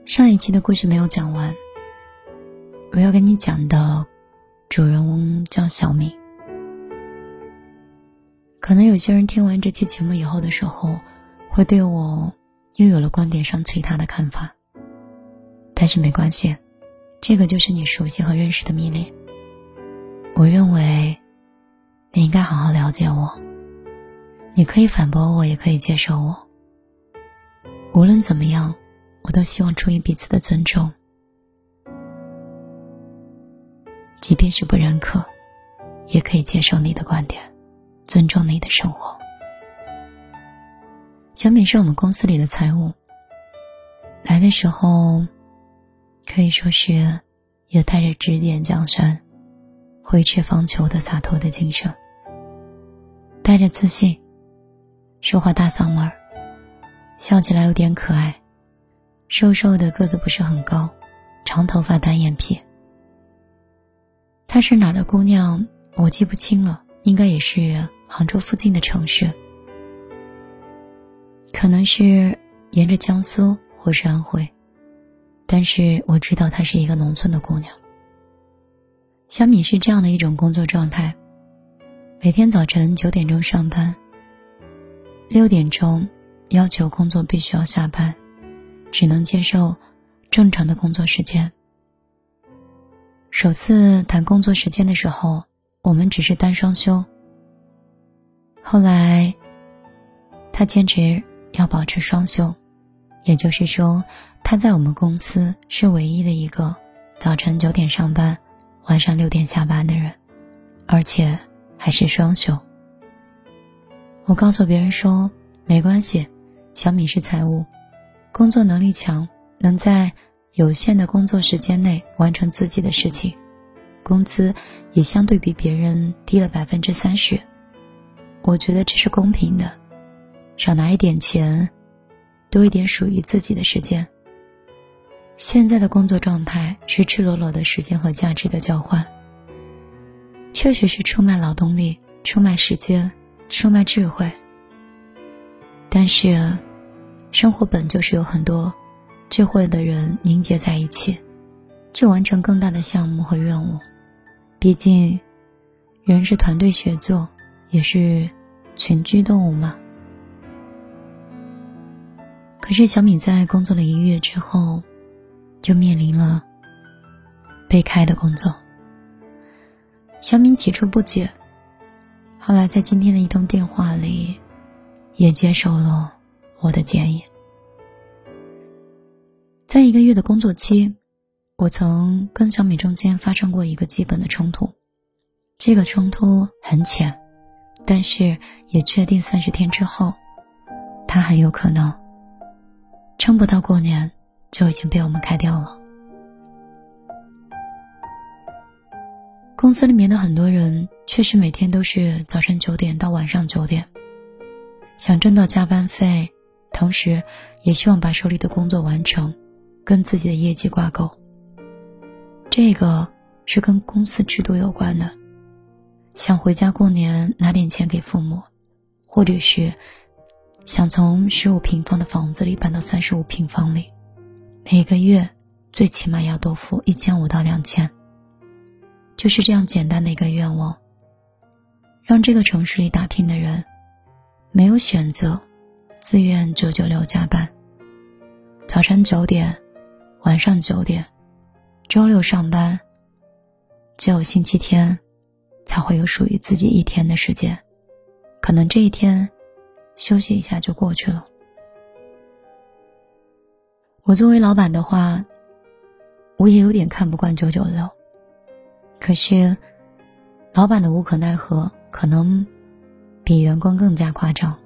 上一期的故事没有讲完，我要跟你讲的主人翁叫小敏。可能有些人听完这期节目以后的时候，会对我又有了观点上其他的看法，但是没关系，这个就是你熟悉和认识的米粒。我认为你应该好好了解我，你可以反驳我，也可以接受我。无论怎么样，我都希望出于彼此的尊重，即便是不认可，也可以接受你的观点，尊重你的生活。小敏是我们公司里的财务，来的时候可以说是也带着指点江山、挥斥方遒的洒脱的精神，带着自信，说话大嗓门，笑起来有点可爱，瘦瘦的，个子不是很高，长头发单眼皮。她是哪儿的姑娘我记不清了，应该也是杭州附近的城市，可能是沿着江苏或是安徽，但是我知道她是一个农村的姑娘。小敏是这样的一种工作状态，每天早晨9点钟上班，6点钟要求工作必须要下班，只能接受正常的工作时间。首次谈工作时间的时候，我们只是单双休，后来他坚持要保持双休，也就是说他在我们公司是唯一的一个早晨9点上班，晚上6点下班的人，而且还是双休。我告诉别人说，没关系，小敏是财务，工作能力强，能在有限的工作时间内完成自己的事情，工资也相对比别人低了30%，我觉得这是公平的，少拿一点钱，多一点属于自己的时间。现在的工作状态是赤裸裸的时间和价值的交换，确实是出卖劳动力，出卖时间，出卖智慧。但是生活本就是有很多智慧的人凝结在一起，去完成更大的项目和任务。毕竟人是团队协作，也是群居动物嘛。可是小敏在工作了1个月之后，就面临了被开的工作。小敏起初不解，后来在今天的一通电话里也接受了我的建议。在1个月的工作期，我曾跟小敏中间发生过一个基本的冲突，这个冲突很浅，但是也确定30天之后，他很有可能撑不到过年就已经被我们开掉了。公司里面的很多人确实每天都是早晨9点到晚上9点，想挣到加班费，同时也希望把手里的工作完成，跟自己的业绩挂钩。这个是跟公司制度有关的，想回家过年拿点钱给父母，或者是想从15平方的房子里搬到35平方里，每个月最起码要多付1500到2000，就是这样简单的一个愿望，让这个城市里打拼的人没有选择，自愿996加班，早晨9点，晚上9点，周六上班，只有星期天才会有属于自己1天的时间，可能这一天休息一下就过去了。我作为老板的话，我也有点看不惯996，可是老板的无可奈何可能比员工更加夸张。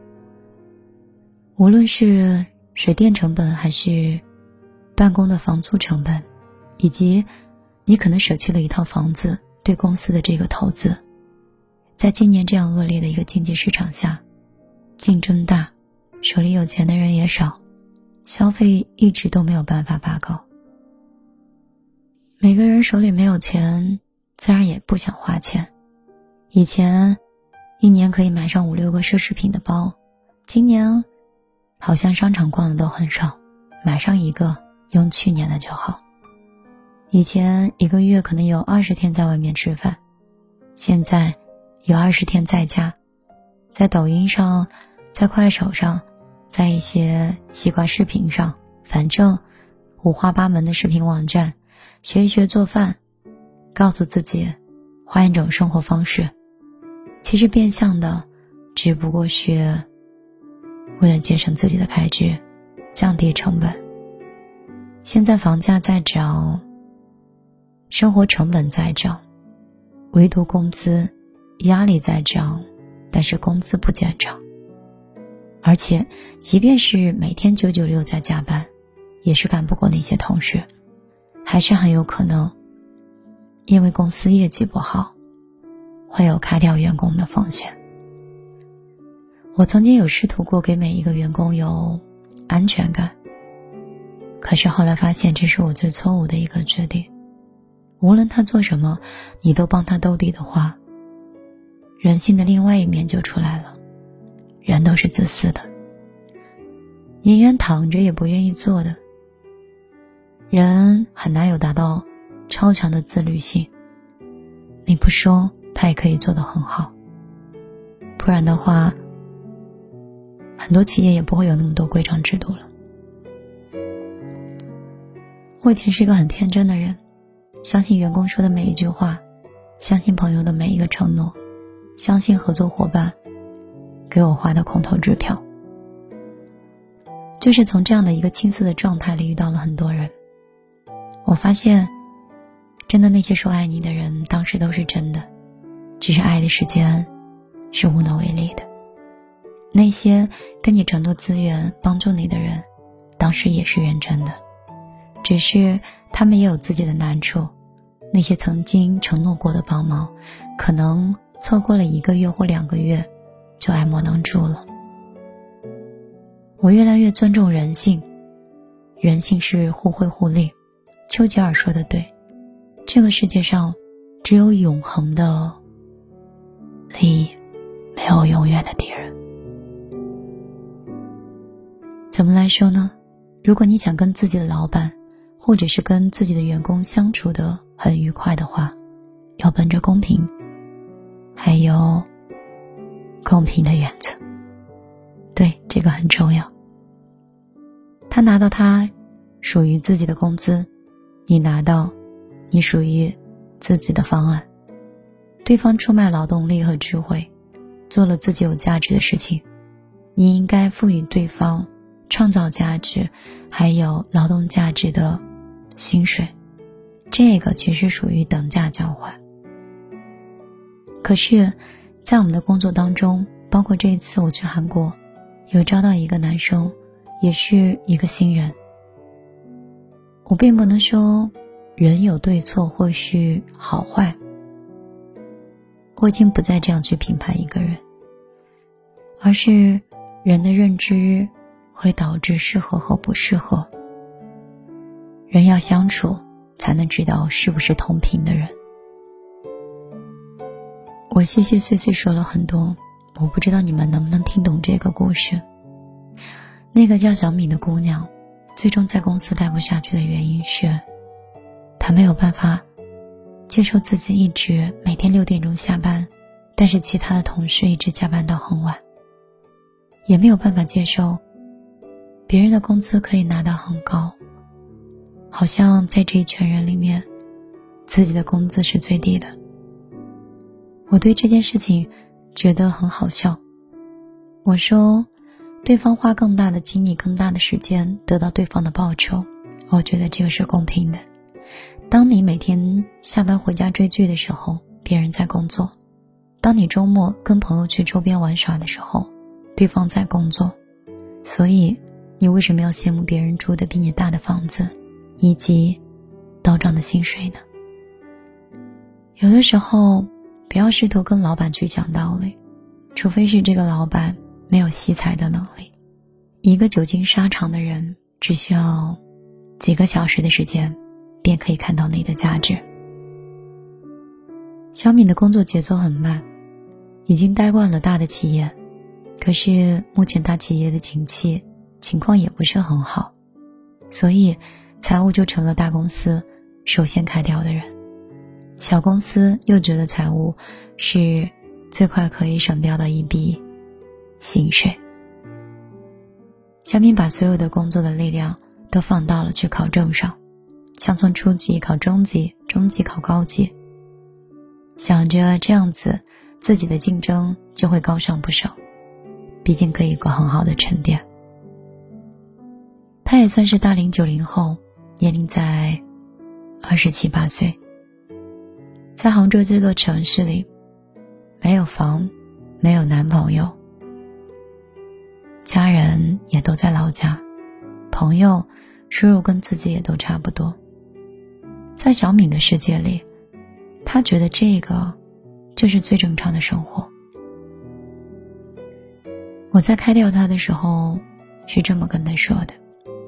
无论是水电成本，还是办公的房租成本，以及你可能舍弃了一套房子对公司的这个投资，在今年这样恶劣的一个经济市场下，竞争大，手里有钱的人也少，消费一直都没有办法拔高。每个人手里没有钱，自然也不想花钱。以前1年可以买上5-6个奢侈品的包，今年好像商场逛的都很少，买上一个用去年的就好。以前一个月可能有20天在外面吃饭，现在有20天在家，在抖音上，在快手上，在一些西瓜视频上，反正五花八门的视频网站，学一学做饭，告诉自己换一种生活方式。其实变相的只不过是为了节省自己的开支，降低成本。现在房价在涨，生活成本在涨，唯独工资压力在涨，但是工资不见涨。而且即便是每天996在加班，也是干不过那些同事，还是很有可能因为公司业绩不好，会有开掉员工的风险。我曾经有试图过给每一个员工有安全感，可是后来发现这是我最错误的一个决定。无论他做什么，你都帮他兜底的话，人性的另外一面就出来了。人都是自私的，宁愿躺着也不愿意做的。人很难有达到超强的自律性，你不说他也可以做得很好，不然的话很多企业也不会有那么多规章制度了。我以前是一个很天真的人，相信员工说的每一句话，相信朋友的每一个承诺，相信合作伙伴给我画的空头支票。就是从这样的一个青涩的状态里遇到了很多人，我发现真的那些说爱你的人当时都是真的，只是爱的时间是无能为力的。那些跟你承诺资源帮助你的人当时也是认真的，只是他们也有自己的难处。那些曾经承诺过的帮忙，可能错过了1个月或2个月就爱莫能助了。我越来越尊重人性，人性是互惠互利。丘吉尔说的对，这个世界上只有永恒的利益，没有永远的敌人。怎么来说呢？如果你想跟自己的老板或者是跟自己的员工相处得很愉快的话，要本着公平还有公平的原则。对，这个很重要。他拿到他属于自己的工资，你拿到你属于自己的方案。对方出卖劳动力和智慧，做了自己有价值的事情，你应该赋予对方创造价值还有劳动价值的薪水，这个其实属于等价交换。可是在我们的工作当中，包括这一次我去韩国，有招到一个男生，也是一个新人。我并不能说人有对错或是好坏，我已经不再这样去评判一个人，而是人的认知会导致适合和不适合。人要相处才能知道是不是同频的人。我细细碎碎说了很多，我不知道你们能不能听懂这个故事。那个叫小米的姑娘，最终在公司待不下去的原因是，她没有办法接受自己一直每天6点钟下班，但是其他的同事一直加班到很晚，也没有办法接受别人的工资可以拿到很高，好像在这一群人里面自己的工资是最低的。我对这件事情觉得很好笑，我说对方花更大的精力更大的时间得到对方的报酬，我觉得这个是公平的。当你每天下班回家追剧的时候，别人在工作；当你周末跟朋友去周边玩耍的时候，对方在工作。所以你为什么要羡慕别人住的比你大的房子以及到账的薪水呢？有的时候不要试图跟老板去讲道理，除非是这个老板没有惜才的能力。一个久经沙场的人只需要几个小时的时间便可以看到你的价值。小敏的工作节奏很慢，已经待惯了大的企业，可是目前大企业的景气情况也不是很好，所以财务就成了大公司首先开掉的人，小公司又觉得财务是最快可以省掉的一笔薪水。小敏把所有的工作的力量都放到了去考证上，想从初级考中级，中级考高级，想着这样子自己的竞争就会高上不少，毕竟可以有个很好的沉淀。他也算是大龄90后，年龄在27、28岁，在杭州这座城市里，没有房，没有男朋友，家人也都在老家，朋友收入跟自己也都差不多。在小敏的世界里，她觉得这个就是最正常的生活。我在开掉她的时候是这么跟她说的，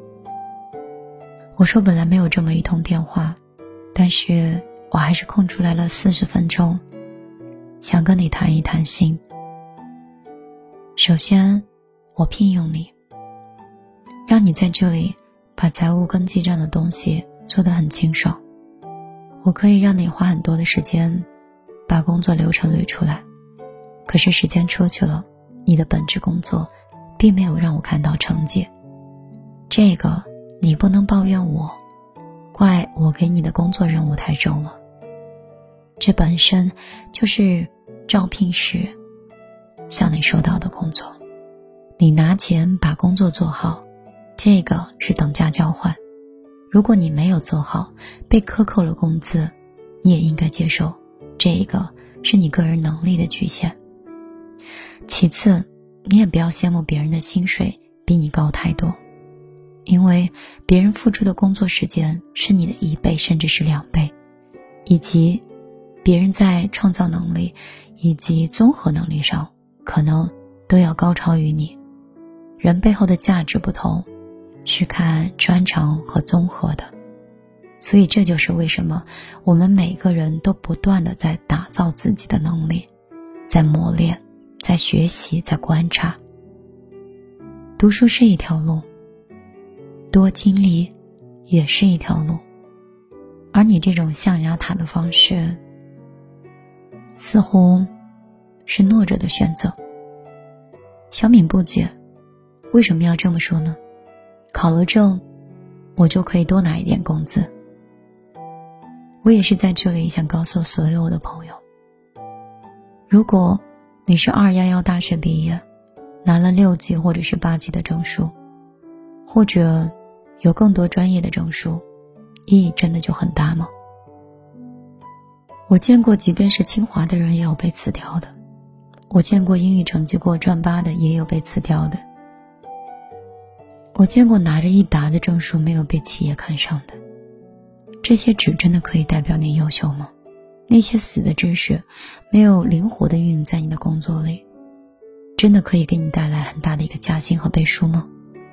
我说本来没有这么一通电话，但是我还是空出来了40分钟，想跟你谈一谈心。首先，我聘用你，让你在这里把财务跟记账的东西做得很清爽。我可以让你花很多的时间把工作流程捋出来，可是时间出去了，你的本职工作并没有让我看到成绩。这个你不能抱怨我，怪我给你的工作任务太重了。这本身就是招聘时向你说到的工作，你拿钱把工作做好，这个是等价交换。如果你没有做好，被克扣了工资，你也应该接受，这个是你个人能力的局限。其次，你也不要羡慕别人的薪水比你高太多，因为别人付出的工作时间是你的1倍甚至是2倍，以及别人在创造能力以及综合能力上可能都要高超于你。人背后的价值不同，是看专长和综合的。所以这就是为什么我们每个人都不断地在打造自己的能力，在磨练，在学习，在观察。读书是一条路，多经历也是一条路，而你这种象牙塔的方式似乎是懦者的选择。小敏不解，为什么要这么说呢？考了证，我就可以多拿一点工资。我也是在这里想告诉所有的朋友，如果你是211大学毕业，拿了6级或者是8级的证书，或者有更多专业的证书，意义真的就很大吗？我见过即便是清华的人也有被辞掉的，我见过英语成绩过专8的也有被辞掉的，我见过拿着1沓的证书没有被企业看上的。这些纸真的可以代表你优秀吗？那些死的知识没有灵活的运用在你的工作里，真的可以给你带来很大的一个加薪和背书吗？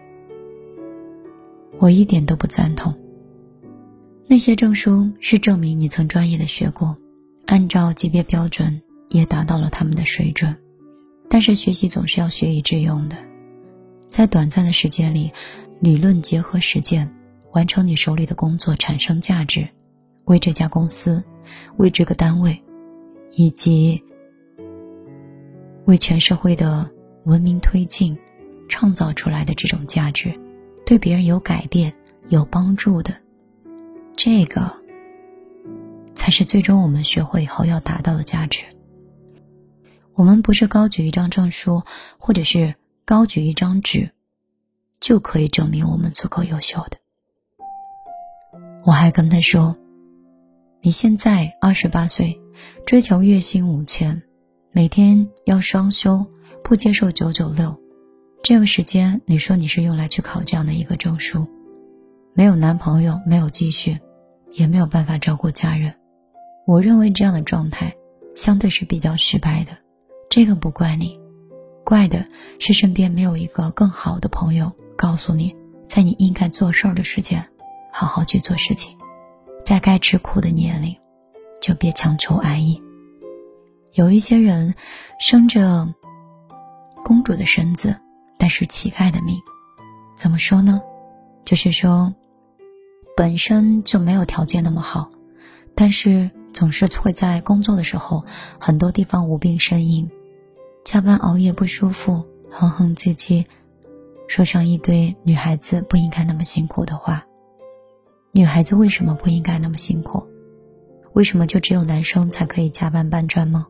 我一点都不赞同。那些证书是证明你曾专业的学过，按照级别标准也达到了他们的水准，但是学习总是要学以致用的，在短暂的时间里，理论结合实践，完成你手里的工作，产生价值，为这家公司，为这个单位，以及为全社会的文明推进创造出来的这种价值，对别人有改变有帮助的，这个才是最终我们学会以后要达到的价值。我们不是高举一张证书，或者是高举一张纸，就可以证明我们足够优秀的。我还跟他说，你现在28岁，追求月薪5000，每天要双休，不接受996，这个时间你说你是用来去考这样的一个证书，没有男朋友，没有积蓄，也没有办法照顾家人。我认为这样的状态相对是比较失败的，这个不怪你，怪的是身边没有一个更好的朋友告诉你，在你应该做事儿的时间好好去做事情，在该吃苦的年龄就别强求安逸。有一些人生着公主的身子，但是乞丐的命，怎么说呢？就是说本身就没有条件那么好，但是总是会在工作的时候很多地方无病呻吟，加班熬夜不舒服，哼哼唧唧，说上一堆女孩子不应该那么辛苦的话。女孩子为什么不应该那么辛苦？为什么就只有男生才可以加班搬砖吗？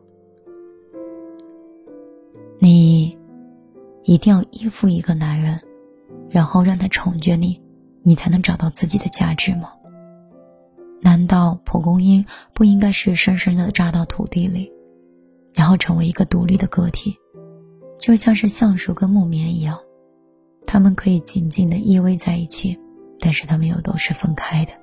你一定要依附一个男人，然后让他宠着你，你才能找到自己的价值吗？难道蒲公英不应该是深深地扎到土地里，然后成为一个独立的个体，就像是橡树跟木棉一样，它们可以紧紧地依偎在一起，但是它们又都是分开的。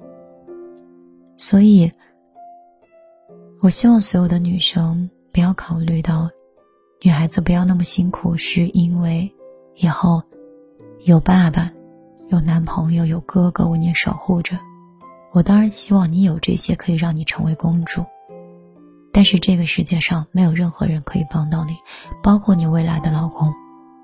所以我希望所有的女生不要考虑到女孩子不要那么辛苦，是因为以后有爸爸，有男朋友，有哥哥为你守护着。我当然希望你有这些可以让你成为公主，但是这个世界上没有任何人可以帮到你，包括你未来的老公。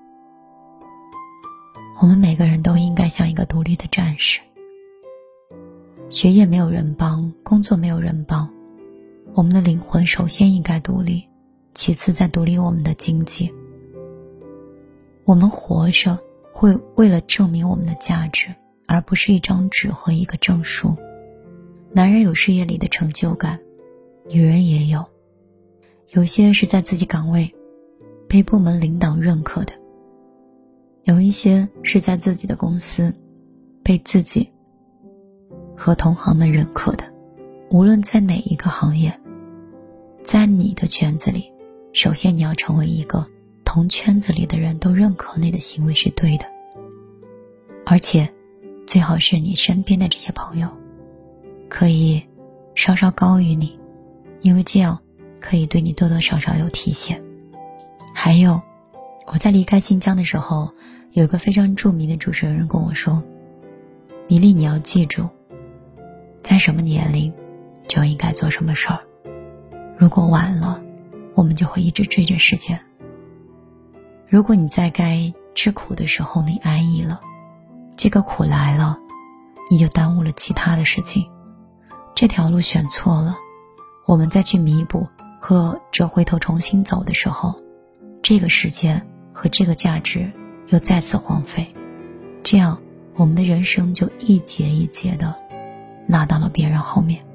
我们每个人都应该像一个独立的战士。学业没有人帮，工作没有人帮，我们的灵魂首先应该独立，其次再独立我们的经济。我们活着会为了证明我们的价值，而不是一张纸和一个证书。男人有事业里的成就感，女人也有，有些是在自己岗位被部门领导认可的，有一些是在自己的公司被自己和同行们认可的。无论在哪一个行业，在你的圈子里，首先你要成为一个同圈子里的人都认可你的行为是对的，而且最好是你身边的这些朋友可以稍稍高于你，因为这样可以对你多多少少有体现。还有，我在离开新疆的时候，有一个非常著名的主持人跟我说，米粒，你要记住，在什么年龄就应该做什么事儿，如果晚了，我们就会一直追着时间。如果你在该吃苦的时候你安逸了，这个苦来了，你就耽误了其他的事情。这条路选错了，我们再去弥补和折回头重新走的时候，这个时间和这个价值又再次荒废，这样我们的人生就一节一节的拉到了别人后面。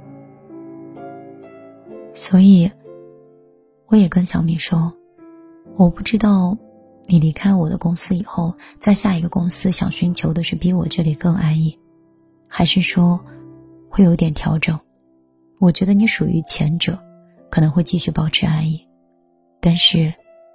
所以我也跟小米说，我不知道你离开我的公司以后，在下一个公司想寻求的是比我这里更安逸，还是说会有点调整。我觉得你属于前者，可能会继续保持安逸。但是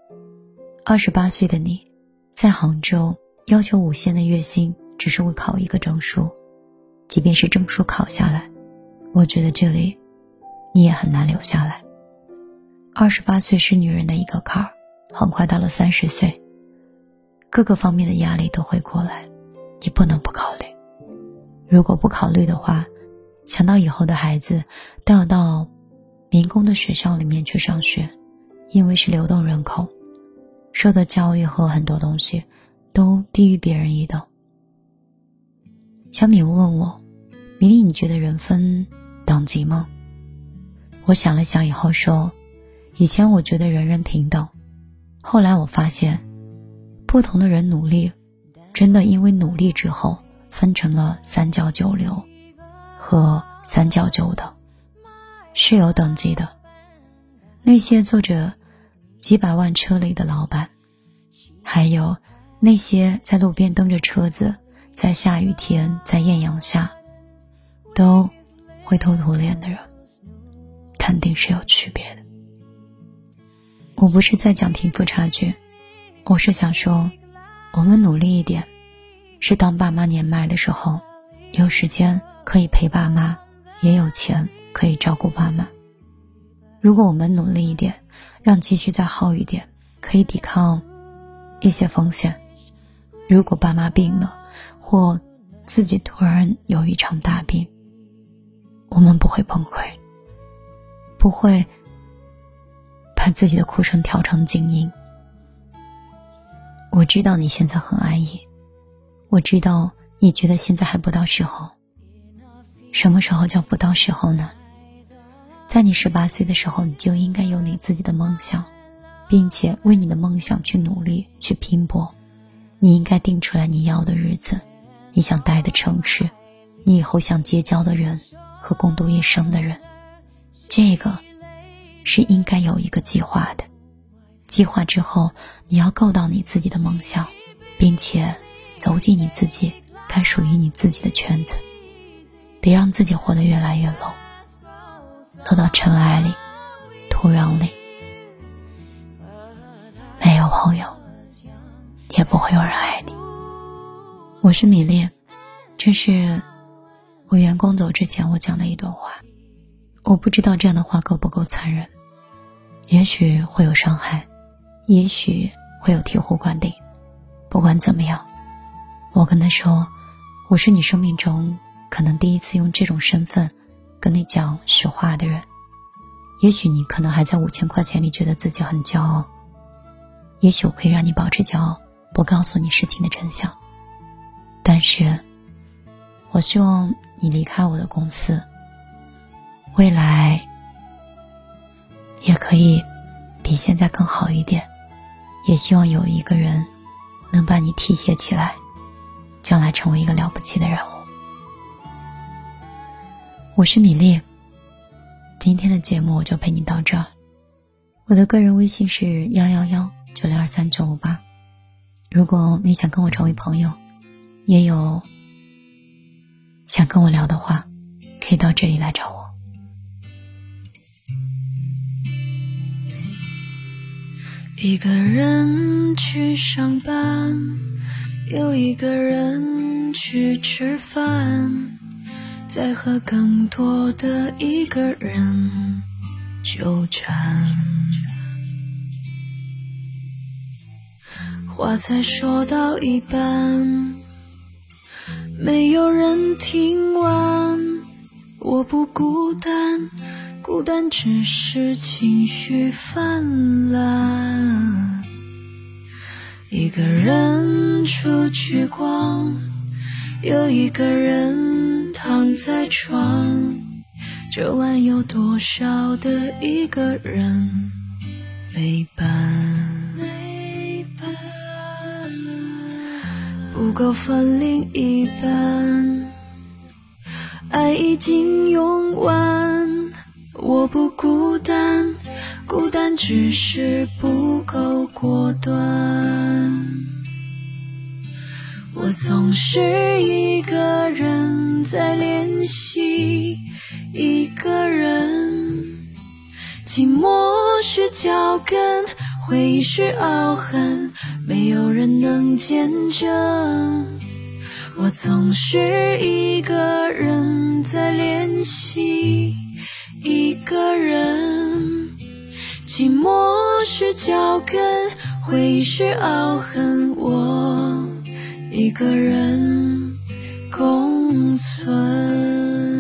28岁的你在杭州要求5000的月薪，只是为考一个证书，即便是证书考下来，我觉得这里你也很难留下来。28岁是女人的一个坎儿，很快到了30岁，各个方面的压力都会过来，你不能不考虑。如果不考虑的话，想到以后的孩子都要到民工的学校里面去上学，因为是流动人口，受的教育和很多东西都低于别人一等。小米问我，米粒，你觉得人分等级吗？我想了想以后说，以前我觉得人人平等，后来我发现不同的人努力，真的因为努力之后分成了三教九流和三教九等，是有等级的。那些坐着几百万车里的老板，还有那些在路边蹬着车子，在下雨天，在艳阳下都灰头土脸的人，肯定是有区别的。我不是在讲贫富差距，我是想说，我们努力一点，是当爸妈年迈的时候，有时间可以陪爸妈，也有钱可以照顾爸妈。如果我们努力一点，让积蓄再厚一点，可以抵抗一些风险。如果爸妈病了，或自己突然有一场大病，我们不会崩溃，不会把自己的哭声调成静音。我知道你现在很安逸，我知道你觉得现在还不到时候， 什么时候叫不到时候呢？在你18岁的时候，你就应该有你自己的梦想，并且为你的梦想去努力去拼搏。你应该定出来你要的日子，你想待的城市，你以后想结交的人和共度一生的人。这个是应该有一个计划的。计划之后，你要够到你自己的梦想，并且走进你自己该属于你自己的圈子。别让自己活得越来越 low， 落到尘埃里土壤里，没有朋友，也不会有人爱你。我是米粒，这是我员工走之前我讲的一段话。我不知道这样的话够不够残忍，也许会有伤害，也许会有醍醐灌顶。不管怎么样，我跟他说，我是你生命中可能第一次用这种身份跟你讲实话的人。也许你可能还在5000块钱里觉得自己很骄傲，也许我可以让你保持骄傲，不告诉你事情的真相。但是我希望你离开我的公司，未来也可以比现在更好一点，也希望有一个人能把你提携起来，将来成为一个了不起的人物。我是米粒，今天的节目我就陪你到这儿。我的个人微信是111-9023958。如果你想跟我成为朋友，也有想跟我聊的话，可以到这里来找我。 一个人去上班，有一个人去吃饭，再和更多的一个人纠缠。话才说到一半，没有人听完。我不孤单，孤单只是情绪泛滥。一个人出去逛，有一个人躺在床，这晚有多少的一个人陪伴？不够分另一半，爱已经用完。我不孤单，孤单只是不够果断。我总是一个人在练习，一个人。寂寞是脚跟，回忆是凹痕，没有人能见证。我总是一个人在练习，一个人。寂寞是脚跟，回忆是凹痕，我一个人共存。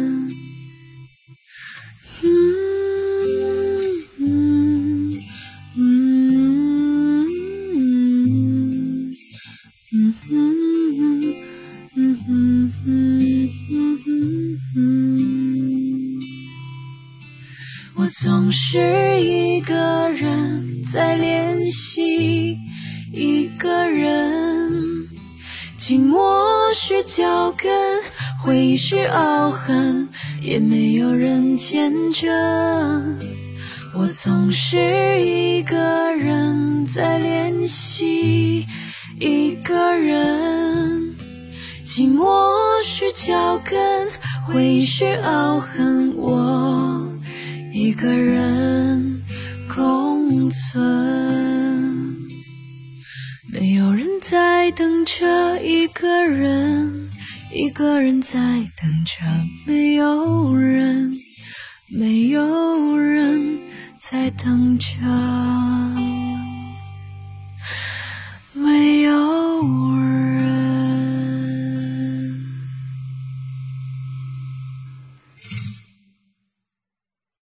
我总是一个人在练习，一个人。寂寞是脚跟，回忆是凹痕，也没有人见证。我总是一个人在练习，一个人。寂寞是脚跟，回忆是凹痕，我一个人共存。没有人在等着一个人，一个人在等着没有人，没有人在等着。